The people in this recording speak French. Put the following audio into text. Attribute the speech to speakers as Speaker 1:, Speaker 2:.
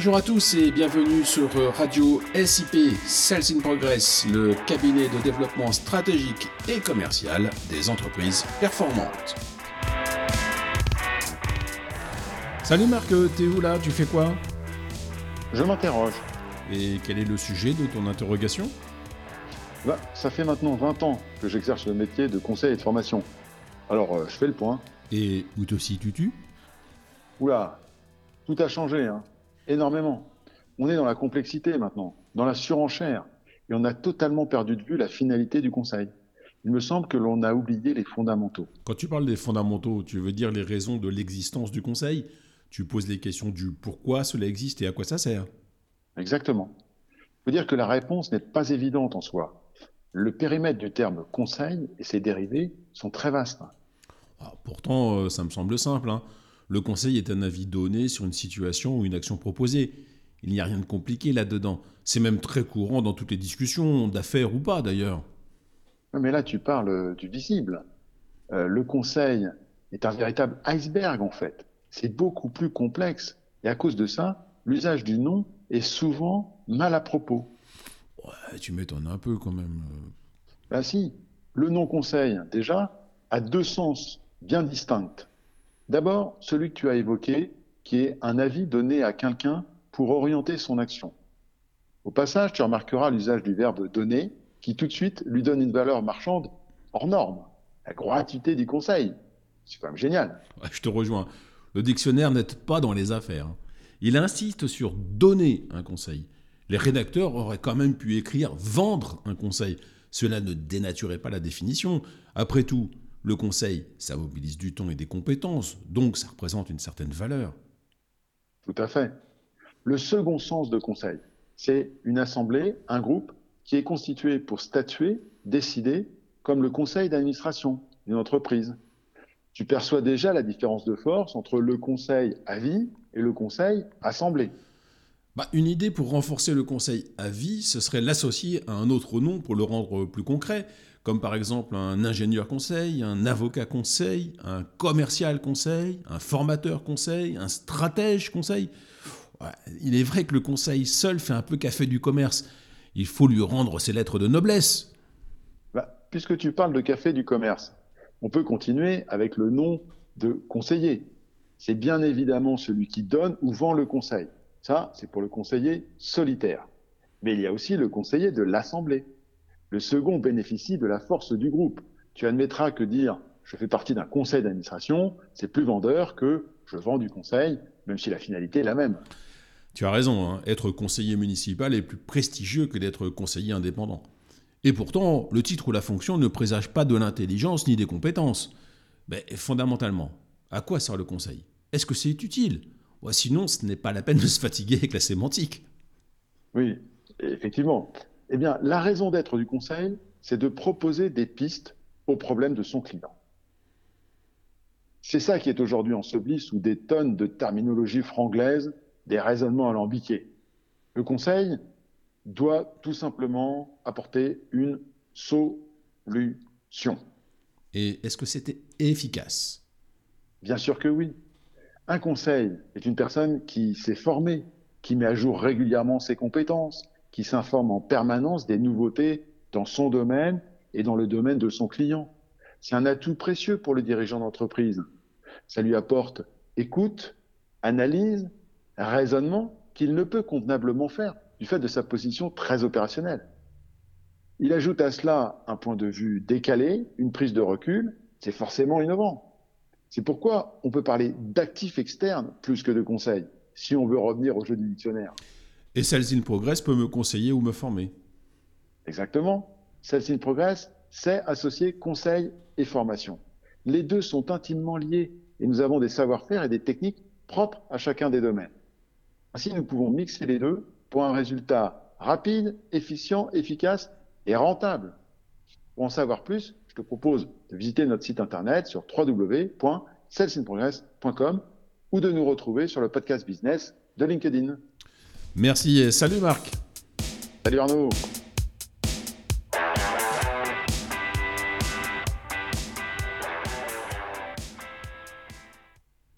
Speaker 1: Bonjour à tous et bienvenue sur Radio SIP, Sales in Progress, le cabinet de développement stratégique et commercial des entreprises performantes. Salut Marc, t'es où là? Tu fais quoi?
Speaker 2: Je m'interroge.
Speaker 1: Et quel est le sujet de ton interrogation?
Speaker 2: Ça fait maintenant 20 ans que j'exerce le métier de conseil et de formation. Alors, je fais le point.
Speaker 1: Et où te situes-tu?
Speaker 2: Oula, tout a changé, énormément. On est dans la complexité maintenant, dans la surenchère, et on a totalement perdu de vue la finalité du conseil. Il me semble que l'on a oublié les fondamentaux.
Speaker 1: Quand tu parles des fondamentaux, tu veux dire les raisons de l'existence du conseil? Tu poses les questions du pourquoi cela existe et à quoi ça sert?
Speaker 2: Exactement. Il faut dire que la réponse n'est pas évidente en soi. Le périmètre du terme conseil et ses dérivés sont très vastes.
Speaker 1: Pourtant, ça me semble simple. Le conseil est un avis donné sur une situation ou une action proposée. Il n'y a rien de compliqué là-dedans. C'est même très courant dans toutes les discussions, d'affaires ou pas d'ailleurs.
Speaker 2: Mais là, tu parles du visible. Le conseil est un véritable iceberg en fait. C'est beaucoup plus complexe. Et à cause de ça, l'usage du nom est souvent mal à propos.
Speaker 1: Ouais, tu m'étonnes un peu quand même.
Speaker 2: Si, le nom conseil, déjà, a deux sens bien distincts. D'abord, celui que tu as évoqué, qui est un avis donné à quelqu'un pour orienter son action. Au passage, tu remarqueras l'usage du verbe donner, qui tout de suite lui donne une valeur marchande hors norme. La gratuité du conseil. C'est quand même génial.
Speaker 1: Ouais, je te rejoins. Le dictionnaire n'aide pas dans les affaires. Il insiste sur donner un conseil. Les rédacteurs auraient quand même pu écrire vendre un conseil. Cela ne dénaturait pas la définition. Après tout, le conseil, ça mobilise du temps et des compétences, donc ça représente une certaine valeur.
Speaker 2: Tout à fait. Le second sens de conseil, c'est une assemblée, un groupe qui est constitué pour statuer, décider, comme le conseil d'administration d'une entreprise. Tu perçois déjà la différence de force entre le conseil avis et le conseil assemblée.
Speaker 1: Une idée pour renforcer le conseil à vie, ce serait l'associer à un autre nom pour le rendre plus concret, comme par exemple un ingénieur conseil, un avocat conseil, un commercial conseil, un formateur conseil, un stratège conseil. Ouais, il est vrai que le conseil seul fait un peu café du commerce. Il faut lui rendre ses lettres de noblesse.
Speaker 2: Puisque tu parles de café du commerce, on peut continuer avec le nom de conseiller. C'est bien évidemment celui qui donne ou vend le conseil. Ça, c'est pour le conseiller solitaire. Mais il y a aussi le conseiller de l'assemblée. Le second bénéficie de la force du groupe. Tu admettras que dire « je fais partie d'un conseil d'administration », c'est plus vendeur que « je vends du conseil », même si la finalité est la même.
Speaker 1: Tu as raison, être conseiller municipal est plus prestigieux que d'être conseiller indépendant. Et pourtant, le titre ou la fonction ne présage pas de l'intelligence ni des compétences. Mais fondamentalement, à quoi sert le conseil? Est-ce que c'est utile? Sinon, ce n'est pas la peine de se fatiguer avec la sémantique.
Speaker 2: Oui, effectivement. Eh bien, la raison d'être du conseil, c'est de proposer des pistes aux problèmes de son client. C'est ça qui est aujourd'hui enseveli sous des tonnes de terminologie franglaise, des raisonnements alambiqués. Le conseil doit tout simplement apporter une solution.
Speaker 1: Et est-ce que c'était efficace?
Speaker 2: Bien sûr que oui. Un conseil est une personne qui s'est formée, qui met à jour régulièrement ses compétences, qui s'informe en permanence des nouveautés dans son domaine et dans le domaine de son client. C'est un atout précieux pour le dirigeant d'entreprise. Ça lui apporte écoute, analyse, raisonnement qu'il ne peut convenablement faire du fait de sa position très opérationnelle. Il ajoute à cela un point de vue décalé, une prise de recul, c'est forcément innovant. C'est pourquoi on peut parler d'actifs externes plus que de conseils, si on veut revenir au jeu du dictionnaire.
Speaker 1: Et Sales in Progress peut me conseiller ou me former?
Speaker 2: Exactement. Sales in Progress, c'est associer conseil et formation. Les deux sont intimement liés et nous avons des savoir-faire et des techniques propres à chacun des domaines. Ainsi, nous pouvons mixer les deux pour un résultat rapide, efficient, efficace et rentable. Pour en savoir plus, je te propose de visiter notre site internet sur www.salesinprogress.com ou de nous retrouver sur le podcast business de LinkedIn.
Speaker 1: Merci et salut Marc.
Speaker 2: Salut Arnaud.